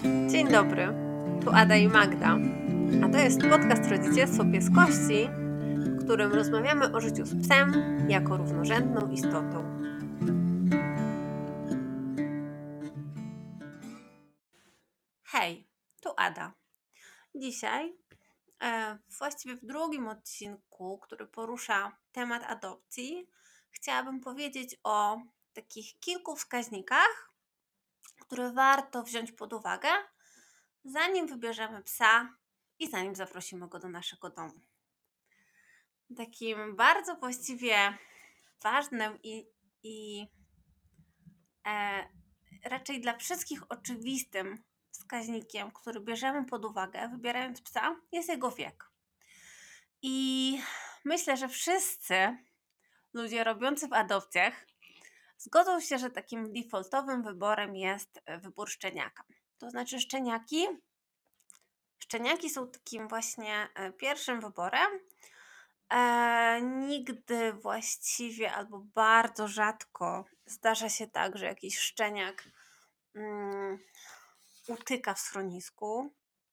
Dzień dobry, tu Ada i Magda, a to jest podcast Rodzicielstwo Pieskości, w którym rozmawiamy o życiu z psem jako równorzędną istotą. Hej, tu Ada. Dzisiaj, właściwie w drugim odcinku, który porusza temat adopcji, chciałabym powiedzieć o takich kilku wskaźnikach, które warto wziąć pod uwagę, zanim wybierzemy psa i zanim zaprosimy go do naszego domu. Takim bardzo właściwie ważnym i raczej dla wszystkich oczywistym wskaźnikiem, który bierzemy pod uwagę, wybierając psa, jest jego wiek. I myślę, że wszyscy ludzie robiący w adopcjach zgodzą się, że takim defaultowym wyborem jest wybór szczeniaka. To znaczy szczeniaki są takim właśnie pierwszym wyborem. Nigdy właściwie albo bardzo rzadko zdarza się tak, że jakiś szczeniak utyka w schronisku,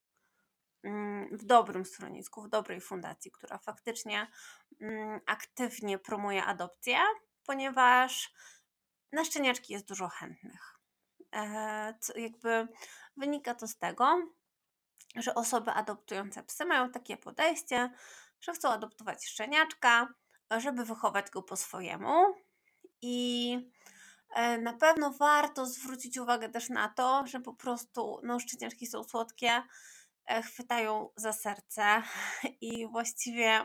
w dobrym schronisku, w dobrej fundacji, która faktycznie aktywnie promuje adopcję, ponieważ na szczeniaczki jest dużo chętnych. Jakby wynika to z tego, że osoby adoptujące psy mają takie podejście, że chcą adoptować szczeniaczka, żeby wychować go po swojemu. I na pewno warto zwrócić uwagę też na to, że po prostu szczeniaczki są słodkie, chwytają za serce i właściwie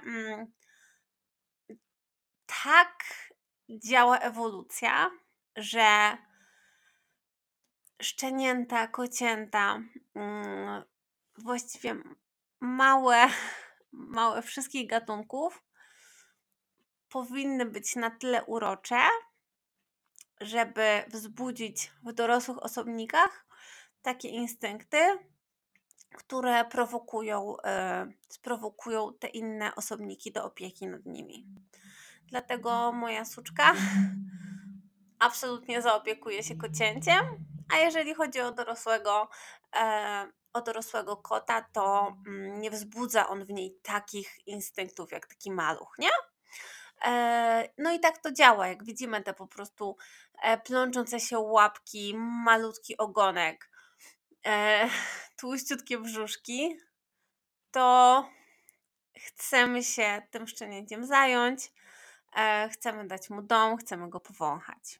tak działa ewolucja, że szczenięta, kocięta, właściwie małe wszystkich gatunków powinny być na tyle urocze, żeby wzbudzić w dorosłych osobnikach takie instynkty, które sprowokują te inne osobniki do opieki nad nimi. Dlatego moja suczka absolutnie zaopiekuje się kocięciem, a jeżeli chodzi o dorosłego kota, to nie wzbudza on w niej takich instynktów jak taki maluch, nie? No i tak to działa, jak widzimy te po prostu plączące się łapki, malutki ogonek, tłuściutkie brzuszki, to chcemy się tym szczenięciem zająć, chcemy dać mu dom, chcemy go powąchać.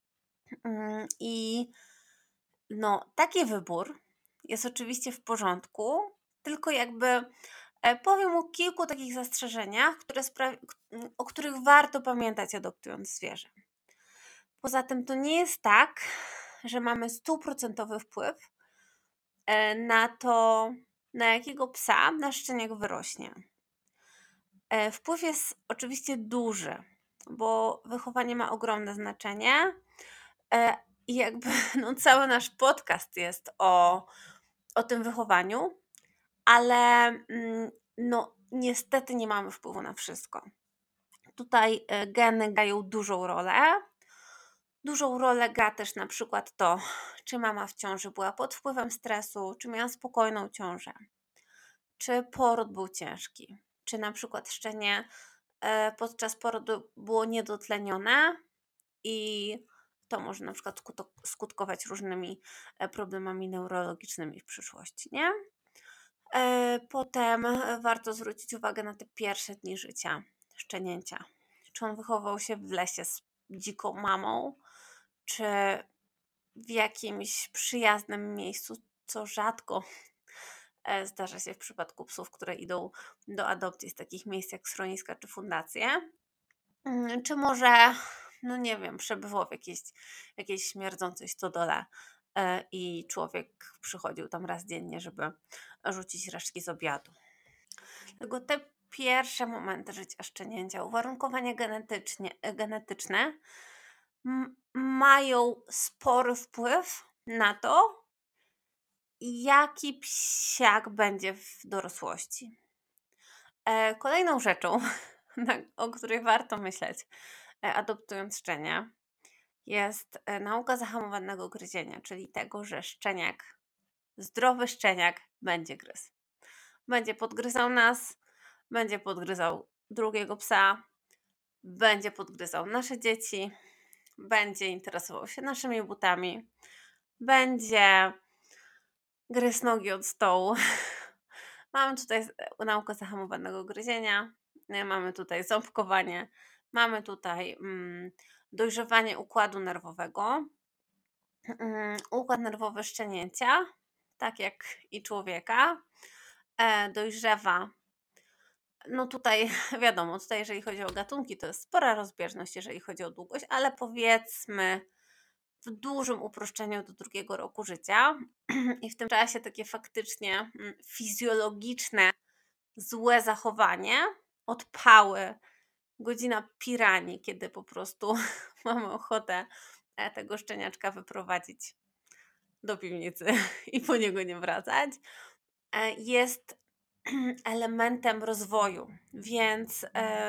I taki wybór jest oczywiście w porządku, tylko jakby powiem o kilku takich zastrzeżeniach, o których warto pamiętać adoptując zwierzę. Poza tym to nie jest tak, że mamy 100% wpływ na to, na jakiego psa nasz szczeniak wyrośnie. Wpływ jest oczywiście duży, bo wychowanie ma ogromne znaczenie i jakby cały nasz podcast jest o tym wychowaniu, ale niestety nie mamy wpływu na wszystko. Tutaj geny grają dużą rolę. Dużą rolę gra też na przykład to, czy mama w ciąży była pod wpływem stresu, czy miała spokojną ciążę, czy poród był ciężki, czy na przykład szczenie podczas porodu było niedotlenione i to może na przykład skutkować różnymi problemami neurologicznymi w przyszłości, nie? Potem warto zwrócić uwagę na te pierwsze dni życia szczenięcia. Czy on wychował się w lesie z dziką mamą, czy w jakimś przyjaznym miejscu, co rzadko zdarza się w przypadku psów, które idą do adopcji z takich miejsc jak schroniska czy fundacje. Czy może, nie wiem, przebywał w jakiejś śmierdzącej stodole i człowiek przychodził tam raz dziennie, żeby rzucić resztki z obiadu. Dlatego te pierwsze momenty życia szczenięcia, uwarunkowania genetyczne mają spory wpływ na to, jaki psiak będzie w dorosłości. Kolejną rzeczą, o której warto myśleć adoptując szczenia, jest nauka zahamowanego gryzienia, czyli tego, że szczeniak zdrowy szczeniak będzie gryzł. Będzie podgryzał nas, będzie podgryzał drugiego psa, będzie podgryzał nasze dzieci, będzie interesował się naszymi butami, będzie gryzł nogi od stołu. Mamy tutaj naukę zahamowanego gryzienia, mamy tutaj ząbkowanie, mamy tutaj dojrzewanie układu nerwowego. Układ nerwowy szczenięcia, tak jak i człowieka, dojrzewa. No tutaj wiadomo, tutaj jeżeli chodzi o gatunki, to jest spora rozbieżność, jeżeli chodzi o długość, ale powiedzmy w dużym uproszczeniu do 2 roku życia i w tym czasie takie faktycznie fizjologiczne, złe zachowanie, odpały, godzina piranii, kiedy po prostu mamy ochotę tego szczeniaczka wyprowadzić do piwnicy i po niego nie wracać, jest elementem rozwoju, więc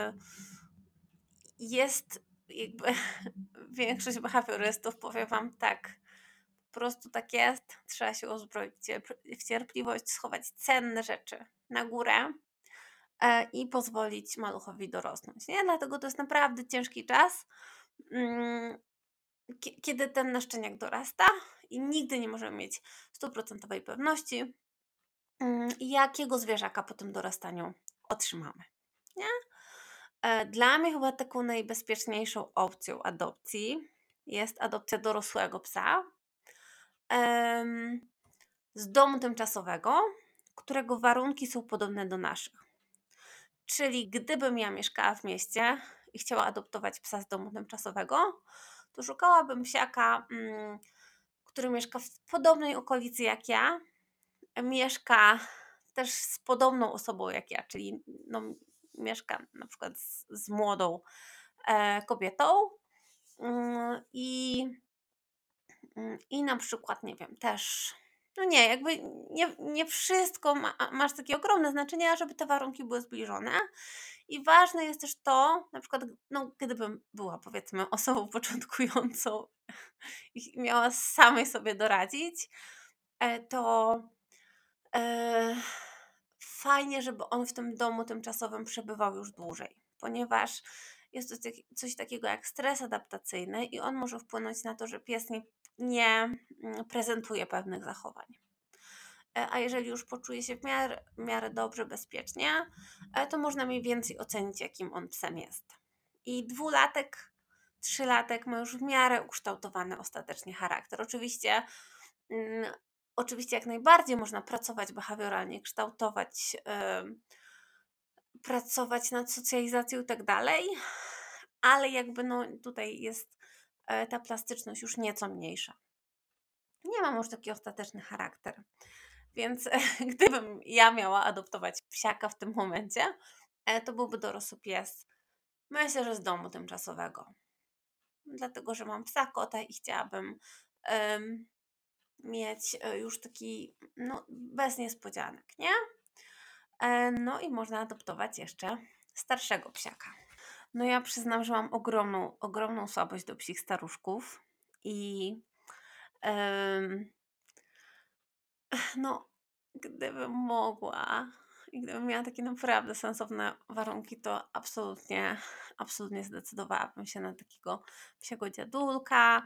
jest jakby większość behawiorystów powie Wam tak, po prostu tak jest, trzeba się uzbroić w cierpliwość, schować cenne rzeczy na górę i pozwolić maluchowi dorosnąć, nie? Dlatego to jest naprawdę ciężki czas, kiedy ten nasz szczeniak dorasta i nigdy nie możemy mieć 100% pewności, jakiego zwierzaka po tym dorastaniu otrzymamy, nie? Dla mnie chyba taką najbezpieczniejszą opcją adopcji jest adopcja dorosłego psa z domu tymczasowego, którego warunki są podobne do naszych. Czyli gdybym ja mieszkała w mieście i chciała adoptować psa z domu tymczasowego, to szukałabym psiaka, który mieszka w podobnej okolicy jak ja, mieszka też z podobną osobą jak ja, czyli no, mieszka na przykład z młodą kobietą i na przykład, nie wiem, też, no nie, jakby nie wszystko masz takie ogromne znaczenie, żeby te warunki były zbliżone. I ważne jest też to, na przykład, no, gdybym była powiedzmy osobą początkującą i miała samej sobie doradzić, to fajnie, żeby on w tym domu tymczasowym przebywał już dłużej, ponieważ jest to coś takiego jak stres adaptacyjny i on może wpłynąć na to, że pies nie prezentuje pewnych zachowań. A jeżeli już poczuje się w miarę dobrze, bezpiecznie, to można mniej więcej ocenić, jakim on psem jest. I 2-latek, 3-latek ma już w miarę ukształtowany ostatecznie charakter. Oczywiście jak najbardziej można pracować behawioralnie, kształtować, pracować nad socjalizacją i tak dalej, ale jakby no tutaj jest ta plastyczność już nieco mniejsza. Nie mam już taki ostateczny charakter. Więc gdybym ja miała adoptować psiaka w tym momencie, to byłby dorosły pies. Myślę, że z domu tymczasowego. Dlatego, że mam psa, kota i chciałabym mieć już taki, no, bez niespodzianek, nie? No i można adoptować jeszcze starszego psiaka. No ja przyznam, że mam ogromną słabość do psich staruszków i no, gdybym mogła i gdybym miała takie naprawdę sensowne warunki, to absolutnie zdecydowałabym się na takiego psiego dziadulka,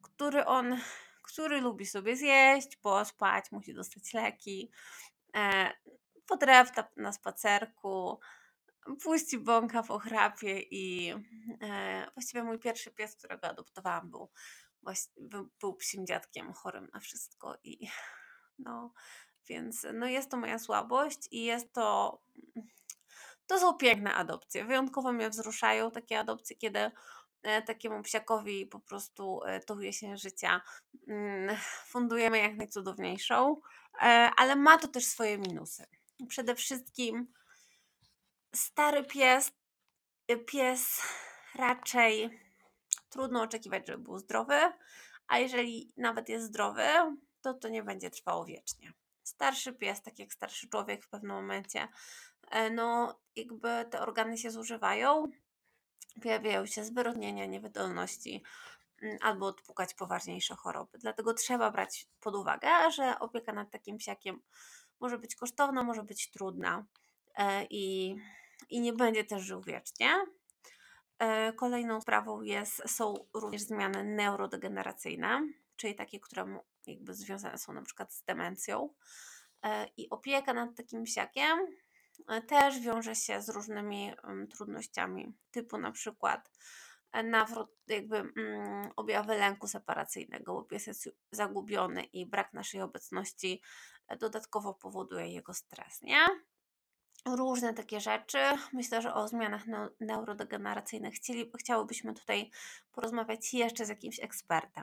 który lubi sobie zjeść, pospać, musi dostać leki, podrepta na spacerku, puści bąka po chrapie i właściwie mój pierwszy pies, którego adoptowałam, był psim dziadkiem chorym na wszystko i no, więc no jest to moja słabość i to są piękne adopcje. Wyjątkowo mnie wzruszają takie adopcje, kiedy takiemu psiakowi po prostu tą jesień życia fundujemy jak najcudowniejszą, ale ma to też swoje minusy. Przede wszystkim stary pies raczej trudno oczekiwać, żeby był zdrowy, a jeżeli nawet jest zdrowy, to nie będzie trwało wiecznie. Starszy pies, tak jak starszy człowiek w pewnym momencie, no jakby te organy się zużywają, pojawiają się zwyrodnienia, niewydolności, albo odpukać poważniejsze choroby. Dlatego trzeba brać pod uwagę, że opieka nad takim psiakiem może być kosztowna, może być trudna i, i nie będzie też żył wiecznie. Kolejną sprawą są również zmiany neurodegeneracyjne, czyli takie, które jakby związane są na przykład z demencją. I opieka nad takim psiakiem też wiąże się z różnymi trudnościami, typu na przykład nawrót, objawy lęku separacyjnego, bo pies jest zagubiony i brak naszej obecności dodatkowo powoduje jego stres, nie? Różne takie rzeczy. Myślę, że o zmianach neurodegeneracyjnych chciałybyśmy tutaj porozmawiać jeszcze z jakimś ekspertem.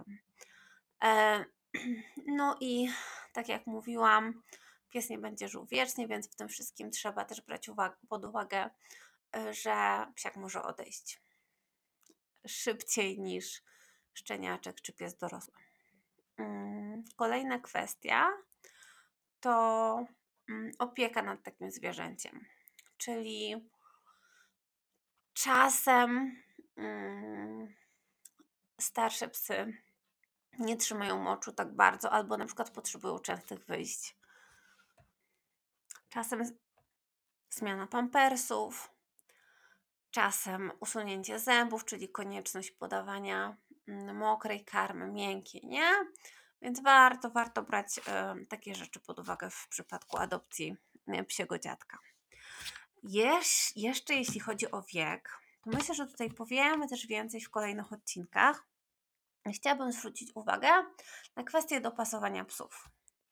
No i tak jak mówiłam, pies nie będzie żył wiecznie, więc w tym wszystkim trzeba też brać pod uwagę, że psiak może odejść szybciej niż szczeniaczek czy pies dorosły. Kolejna kwestia to opieka nad takim zwierzęciem, czyli czasem starsze psy nie trzymają moczu tak bardzo, albo na przykład potrzebują częstych wyjść. Czasem zmiana pampersów, czasem usunięcie zębów, czyli konieczność podawania mokrej karmy miękkiej, nie? Więc warto brać takie rzeczy pod uwagę w przypadku adopcji psiego dziadka. Jeszcze jeśli chodzi o wiek, to myślę, że tutaj powiemy też więcej w kolejnych odcinkach. Chciałabym zwrócić uwagę na kwestię dopasowania psów.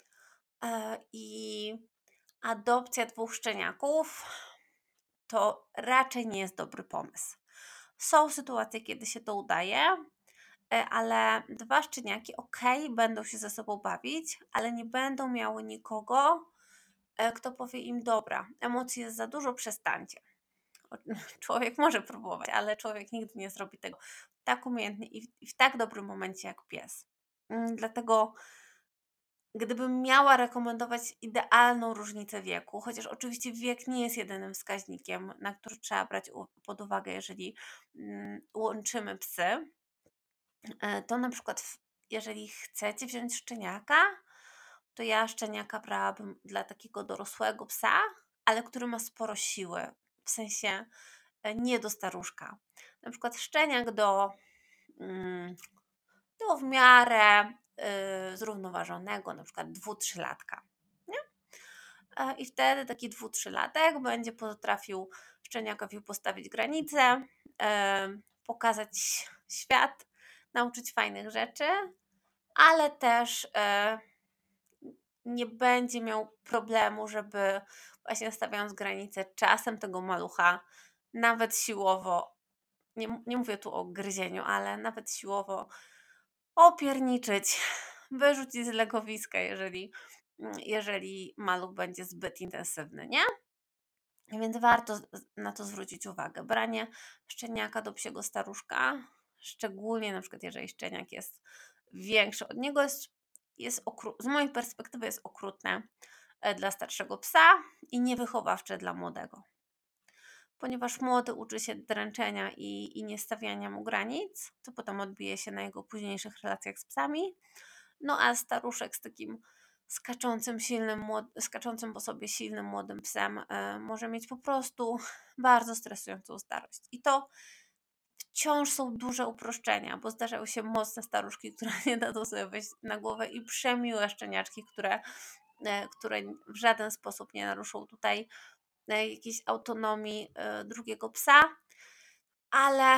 I adopcja 2 szczeniaków to raczej nie jest dobry pomysł. Są sytuacje, kiedy się to udaje, ale 2 szczeniaki będą się ze sobą bawić, ale nie będą miały nikogo, kto powie im: dobra, emocji jest za dużo, przestańcie. Człowiek może próbować, ale człowiek nigdy nie zrobi tego tak umiejętnie i w tak dobrym momencie jak pies. Dlatego gdybym miała rekomendować idealną różnicę wieku, chociaż oczywiście wiek nie jest jedynym wskaźnikiem, na który trzeba brać pod uwagę, jeżeli łączymy psy, to na przykład jeżeli chcecie wziąć szczeniaka, to ja szczeniaka brałabym dla takiego dorosłego psa, ale który ma sporo siły, w sensie nie do staruszka. Na przykład szczeniak do w miarę zrównoważonego, na przykład 2-3-latka. Nie? I wtedy taki 2-3-latek będzie potrafił szczeniakowi postawić granice, pokazać świat, nauczyć fajnych rzeczy, ale też nie będzie miał problemu, żeby właśnie stawiając granice czasem tego malucha nawet siłowo, nie mówię tu o gryzieniu, ale nawet siłowo opierniczyć, wyrzucić z legowiska, jeżeli maluch będzie zbyt intensywny, nie? Więc warto na to zwrócić uwagę. Branie szczeniaka do psiego staruszka, szczególnie na przykład jeżeli szczeniak jest większy od niego, z mojej perspektywy jest okrutne dla starszego psa i niewychowawcze dla młodego. Ponieważ młody uczy się dręczenia i niestawiania mu granic, co potem odbije się na jego późniejszych relacjach z psami. No a staruszek z takim skaczącym po sobie silnym młodym psem może mieć po prostu bardzo stresującą starość. I to wciąż są duże uproszczenia, bo zdarzają się mocne staruszki, które nie dadzą sobie wejść na głowę, i przemiłe szczeniaczki, które w żaden sposób nie naruszą tutaj jakiejś autonomii drugiego psa, ale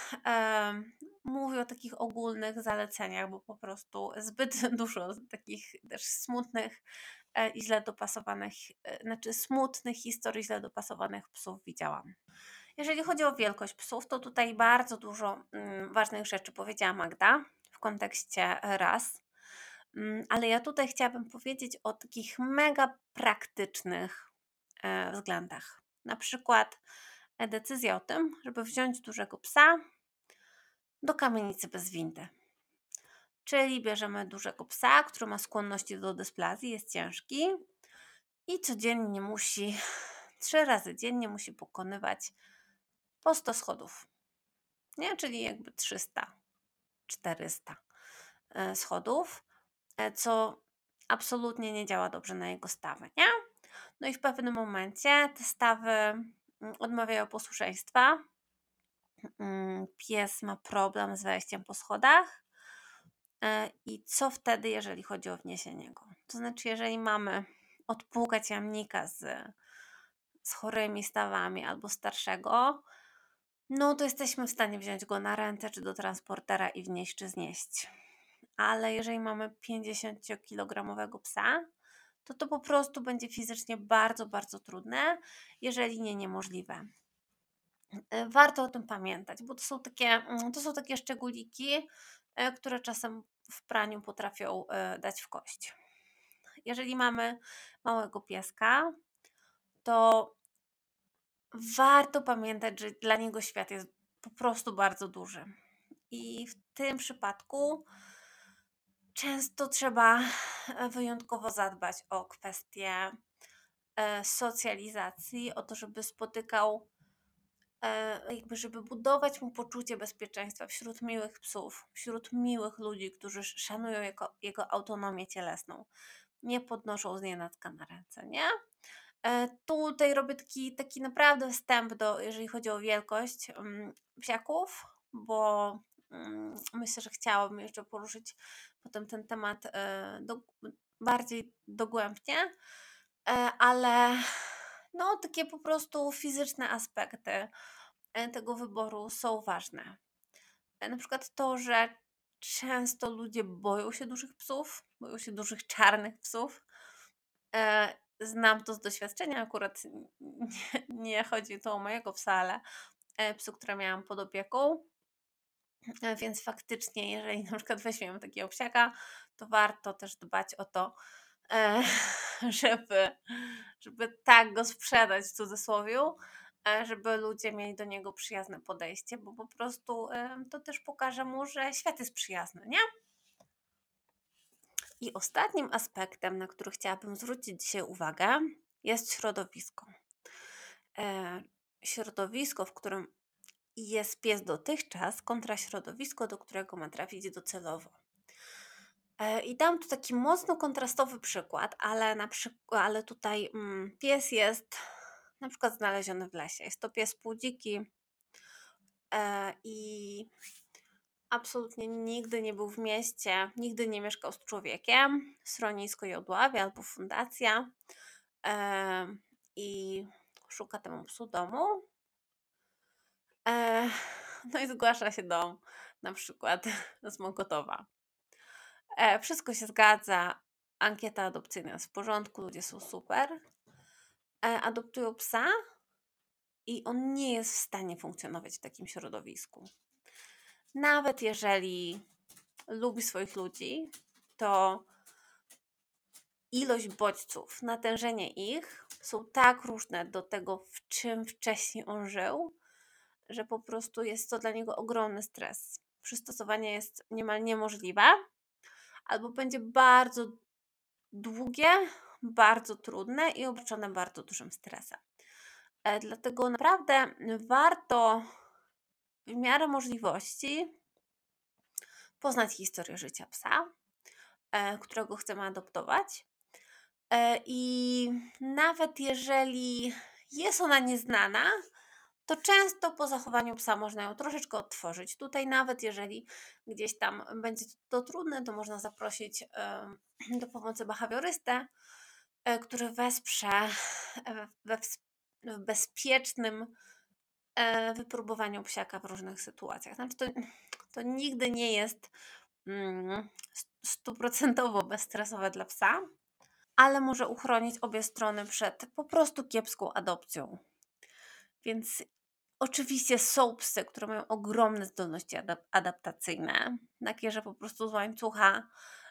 mówię o takich ogólnych zaleceniach, bo po prostu zbyt dużo takich też smutnych i źle dopasowanych, smutnych historii źle dopasowanych psów widziałam. Jeżeli chodzi o wielkość psów, to tutaj bardzo dużo ważnych rzeczy powiedziała Magda w kontekście ras, ale ja tutaj chciałabym powiedzieć o takich mega praktycznych względach. Na przykład decyzja o tym, żeby wziąć dużego psa do kamienicy bez windy. Czyli bierzemy dużego psa, który ma skłonności do dysplazji, jest ciężki i codziennie 3 razy dziennie musi pokonywać po 100 schodów. Nie? Czyli jakby 300. 400 schodów, co absolutnie nie działa dobrze na jego stawy, nie? No i w pewnym momencie te stawy odmawiają posłuszeństwa. Pies ma problem z wejściem po schodach. I co wtedy, jeżeli chodzi o wniesienie go? To znaczy, jeżeli mamy odpłukać jamnika z chorymi stawami albo starszego, no to jesteśmy w stanie wziąć go na ręce czy do transportera i wnieść czy znieść. Ale jeżeli mamy 50-kilogramowego psa, to po prostu będzie fizycznie bardzo, bardzo trudne, jeżeli nie niemożliwe. Warto o tym pamiętać, bo to są takie szczególiki, które czasem w praniu potrafią dać w kość. Jeżeli mamy małego pieska, to warto pamiętać, że dla niego świat jest po prostu bardzo duży. I w tym przypadku często trzeba wyjątkowo zadbać o kwestię socjalizacji, o to, żeby spotykał, żeby budować mu poczucie bezpieczeństwa wśród miłych psów, wśród miłych ludzi, którzy szanują jego autonomię cielesną, nie podnoszą znienacka na ręce, nie? Tutaj robię taki naprawdę wstęp jeżeli chodzi o wielkość psiaków, bo myślę, że chciałabym jeszcze poruszyć potem ten temat bardziej dogłębnie, ale no takie po prostu fizyczne aspekty tego wyboru są ważne. Na przykład to, że często ludzie boją się dużych psów, boją się dużych czarnych psów. Znam to z doświadczenia, akurat nie chodzi tu o mojego psa, ale psu, które miałam pod opieką. Więc faktycznie, jeżeli na przykład weźmiemy takiego psiaka, to warto też dbać o to, e, żeby tak go sprzedać w cudzysłowie, żeby ludzie mieli do niego przyjazne podejście, bo po prostu to też pokaże mu, że świat jest przyjazny, nie? I ostatnim aspektem, na który chciałabym zwrócić dzisiaj uwagę, jest środowisko. Środowisko, w którym jest pies dotychczas, kontra środowisko, do którego ma trafić docelowo. I dam tu taki mocno kontrastowy przykład, ale tutaj pies jest na przykład znaleziony w lesie. Jest to pies półdziki i absolutnie nigdy nie był w mieście, nigdy nie mieszkał z człowiekiem. Schronisko Jodławie albo fundacja i szuka temu psu domu. No i zgłasza się do na przykład z Mokotowa. Wszystko się zgadza, ankieta adopcyjna jest w porządku, ludzie są super. Adoptują psa i on nie jest w stanie funkcjonować w takim środowisku. Nawet jeżeli lubi swoich ludzi, to ilość bodźców, natężenie ich są tak różne do tego, w czym wcześniej on żył, że po prostu jest to dla niego ogromny stres. Przystosowanie jest niemal niemożliwe, albo będzie bardzo długie, bardzo trudne i obarczone bardzo dużym stresem. Dlatego naprawdę warto w miarę możliwości poznać historię życia psa, którego chcemy adoptować. I nawet jeżeli jest ona nieznana, to często po zachowaniu psa można ją troszeczkę odtworzyć. Tutaj nawet jeżeli gdzieś tam będzie to trudne, to można zaprosić do pomocy behawiorystę, który wesprze w bezpiecznym wypróbowaniu psiaka w różnych sytuacjach. Znaczy to nigdy nie jest 100% bezstresowe dla psa, ale może uchronić obie strony przed po prostu kiepską adopcją. Więc oczywiście są psy, które mają ogromne zdolności adaptacyjne, takie, że po prostu z łańcucha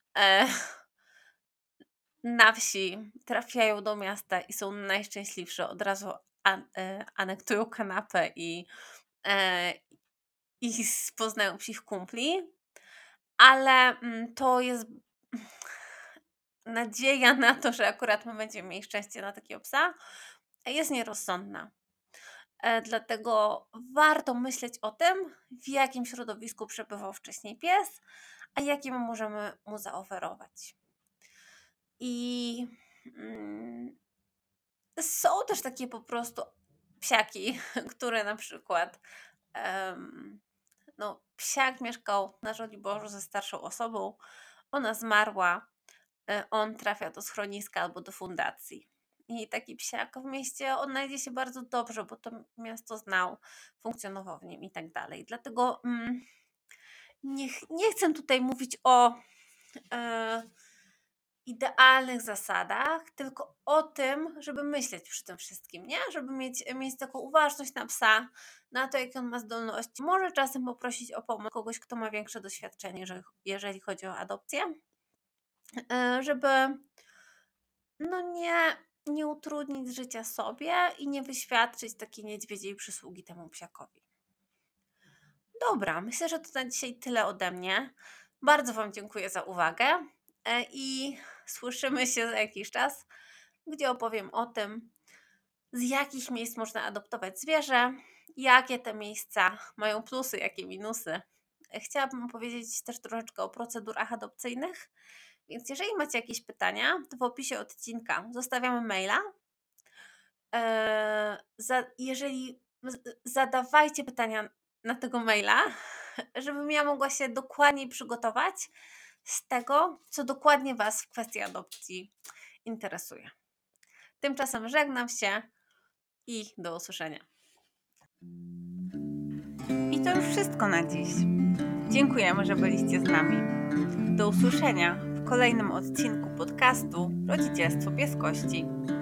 na wsi trafiają do miasta i są najszczęśliwsze, od razu anektują kanapę i poznają psich kumpli, ale to jest nadzieja na to, że akurat my będziemy mieli szczęście na takiego psa, jest nierozsądna. Dlatego warto myśleć o tym, w jakim środowisku przebywał wcześniej pies, a jakie my możemy mu zaoferować. I są też takie po prostu psiaki, które na przykład psiak mieszkał na Żoliborzu ze starszą osobą, ona zmarła, on trafia do schroniska albo do fundacji. I taki psiak w mieście odnajdzie się bardzo dobrze, bo to miasto znał, funkcjonował w nim i tak dalej. Dlatego nie chcę tutaj mówić o idealnych zasadach, tylko o tym, żeby myśleć przy tym wszystkim, nie? Żeby mieć taką uważność na psa, na to, jakie on ma zdolności. Może czasem poprosić o pomoc kogoś, kto ma większe doświadczenie, jeżeli chodzi o adopcję, żeby nie utrudnić życia sobie i nie wyświadczyć takiej niedźwiedziej przysługi temu psiakowi. Dobra, myślę, że to na dzisiaj tyle ode mnie. Bardzo Wam dziękuję za uwagę i słyszymy się za jakiś czas, gdzie opowiem o tym, z jakich miejsc można adoptować zwierzę, jakie te miejsca mają plusy, jakie minusy. Chciałabym opowiedzieć też troszeczkę o procedurach adopcyjnych, więc jeżeli macie jakieś pytania, to w opisie odcinka zostawiamy maila. Zadawajcie pytania na tego maila, żebym ja mogła się dokładniej przygotować z tego, co dokładnie Was w kwestii adopcji interesuje. Tymczasem żegnam się i do usłyszenia. I to już wszystko na dziś. Dziękujemy, że byliście z nami. Do usłyszenia w kolejnym odcinku podcastu Rodzicielstwo Pieskości.